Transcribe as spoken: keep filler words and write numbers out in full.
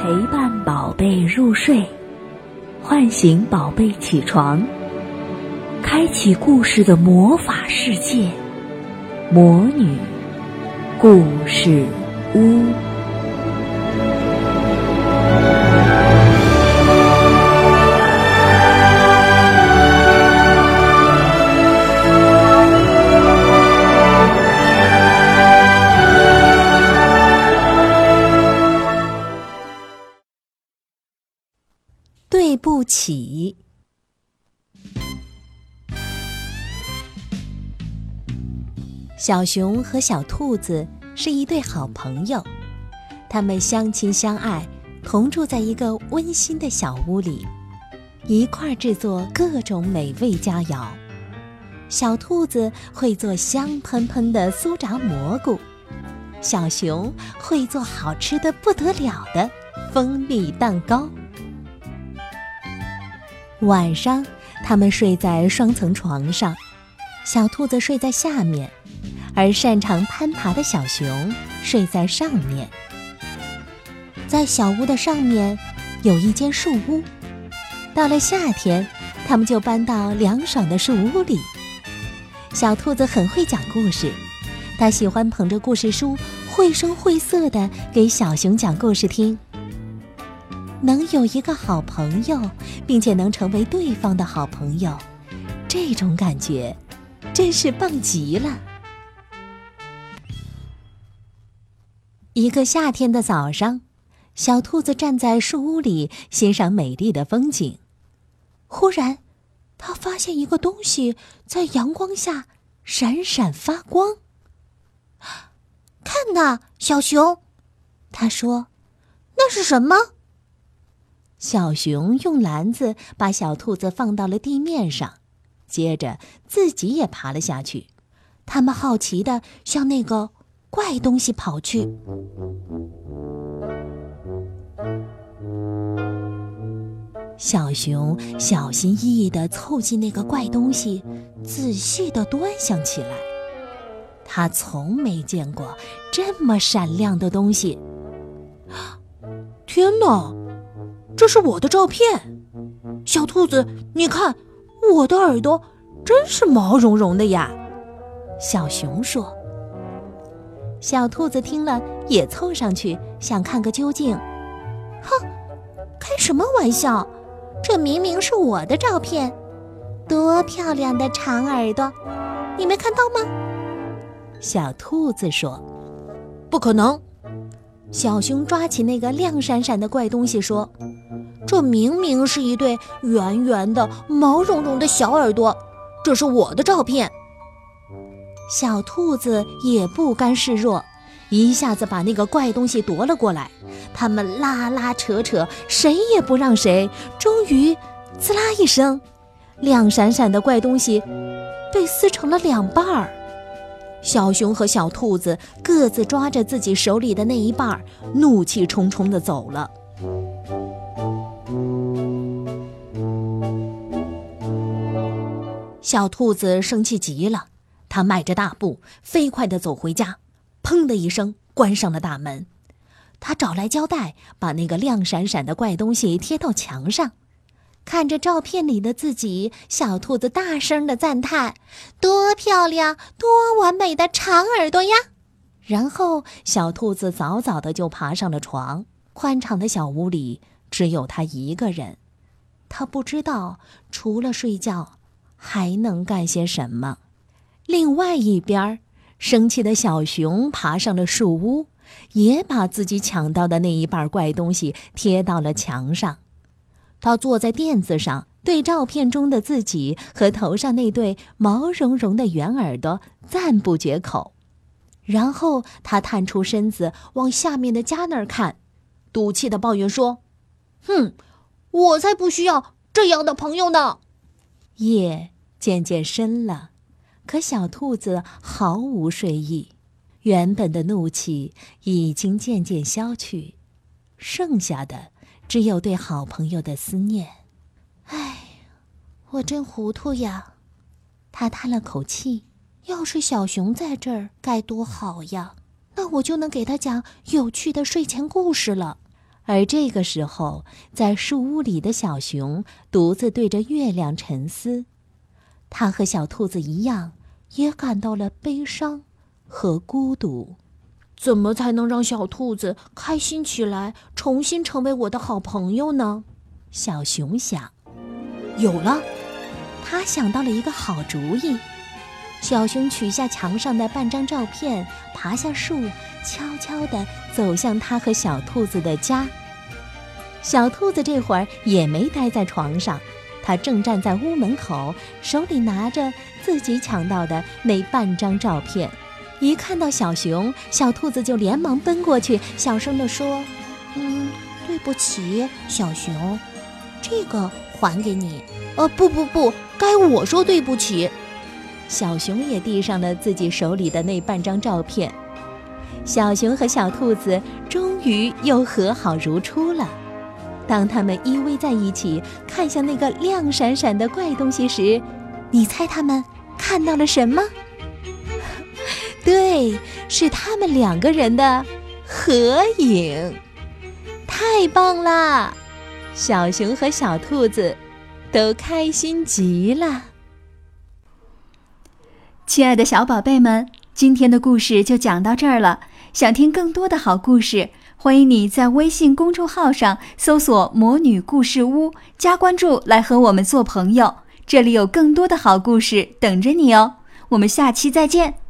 陪伴宝贝入睡，唤醒宝贝起床，开启故事的魔法世界——魔女故事屋。 对不起。小熊和小兔子是一对好朋友，他们相亲相爱，同住在一个温馨的小屋里，一块制作各种美味佳肴。小兔子会做香喷喷的酥炸蘑菇，小熊会做好吃的不得了的蜂蜜蛋糕。晚上，他们睡在双层床上，小兔子睡在下面，而擅长攀爬的小熊睡在上面。在小屋的上面有一间树屋，到了夏天，他们就搬到凉爽的树屋里。小兔子很会讲故事，它喜欢捧着故事书，绘声绘色地给小熊讲故事听。能有一个好朋友，并且能成为对方的好朋友，这种感觉真是棒极了。一个夏天的早上，小兔子站在树屋里欣赏美丽的风景。忽然，它发现一个东西在阳光下闪闪发光。看呐，小熊，它说，那是什么？小熊用篮子把小兔子放到了地面上，接着自己也爬了下去。他们好奇地向那个怪东西跑去。小熊小心翼翼地凑近那个怪东西，仔细地端详起来。他从没见过这么闪亮的东西。 天哪！这是我的照片，小兔子，你看，我的耳朵真是毛茸茸的呀。 小熊说。小兔子听了也凑上去想看个究竟。哼，开什么玩笑，这明明是我的照片，多漂亮的长耳朵，你没看到吗？小兔子说。 不可能。 小熊抓起那个亮闪闪的怪东西说，这明明是一对圆圆的毛茸茸的小耳朵，这是我的照片。小兔子也不甘示弱，一下子把那个怪东西夺了过来。他们拉拉扯扯，谁也不让谁，终于滋啦一声，亮闪闪的怪东西被撕成了两半儿。小熊和小兔子各自抓着自己手里的那一半，怒气冲冲地走了。小兔子生气极了，它迈着大步飞快地走回家，砰的一声关上了大门。它找来胶带，把那个亮闪闪的怪东西贴到墙上。看着照片里的自己，小兔子大声地赞叹，多漂亮，多完美的长耳朵呀。然后小兔子早早地就爬上了床，宽敞的小屋里只有它一个人。它不知道除了睡觉还能干些什么。另外一边，生气的小熊爬上了树屋，也把自己抢到的那一半怪东西贴到了墙上。他坐在垫子上，对照片中的自己和头上那对毛茸茸的圆耳朵赞不绝口。然后他探出身子往下面的家那儿看，赌气地抱怨说，哼，我才不需要这样的朋友呢。夜渐渐深了，可小兔子毫无睡意，原本的怒气已经渐渐消去，剩下的只有对好朋友的思念。唉，我真糊涂呀。他叹了口气，要是小熊在这儿该多好呀，那我就能给他讲有趣的睡前故事了。 而这个时候，在树屋里的小熊独自对着月亮沉思，他和小兔子一样，也感到了悲伤和孤独。 怎么才能让小兔子开心起来，重新成为我的好朋友呢？ 小熊想。 有了， 他想到了一个好主意。小熊取下墙上的半张照片，爬下树，悄悄地走向他和小兔子的家。小兔子这会儿也没待在床上，他正站在屋门口，手里拿着自己抢到的那半张照片。一看到小熊，小兔子就连忙奔过去，小声地说：“ 嗯，对不起，小熊，这个还给你。呃，不不不，该我说对不起。” 小熊也递上了自己手里的那半张照片。小熊和小兔子终于又和好如初了。当他们依偎在一起，看向那个亮闪闪的怪东西时，你猜他们看到了什么？对，是他们两个人的合影。太棒啦！小熊和小兔子都开心极了。 亲爱的小宝贝们，今天的故事就讲到这儿了。想听更多的好故事，欢迎你在微信公众号上搜索魔女故事屋，加关注来和我们做朋友。这里有更多的好故事等着你哦。我们下期再见。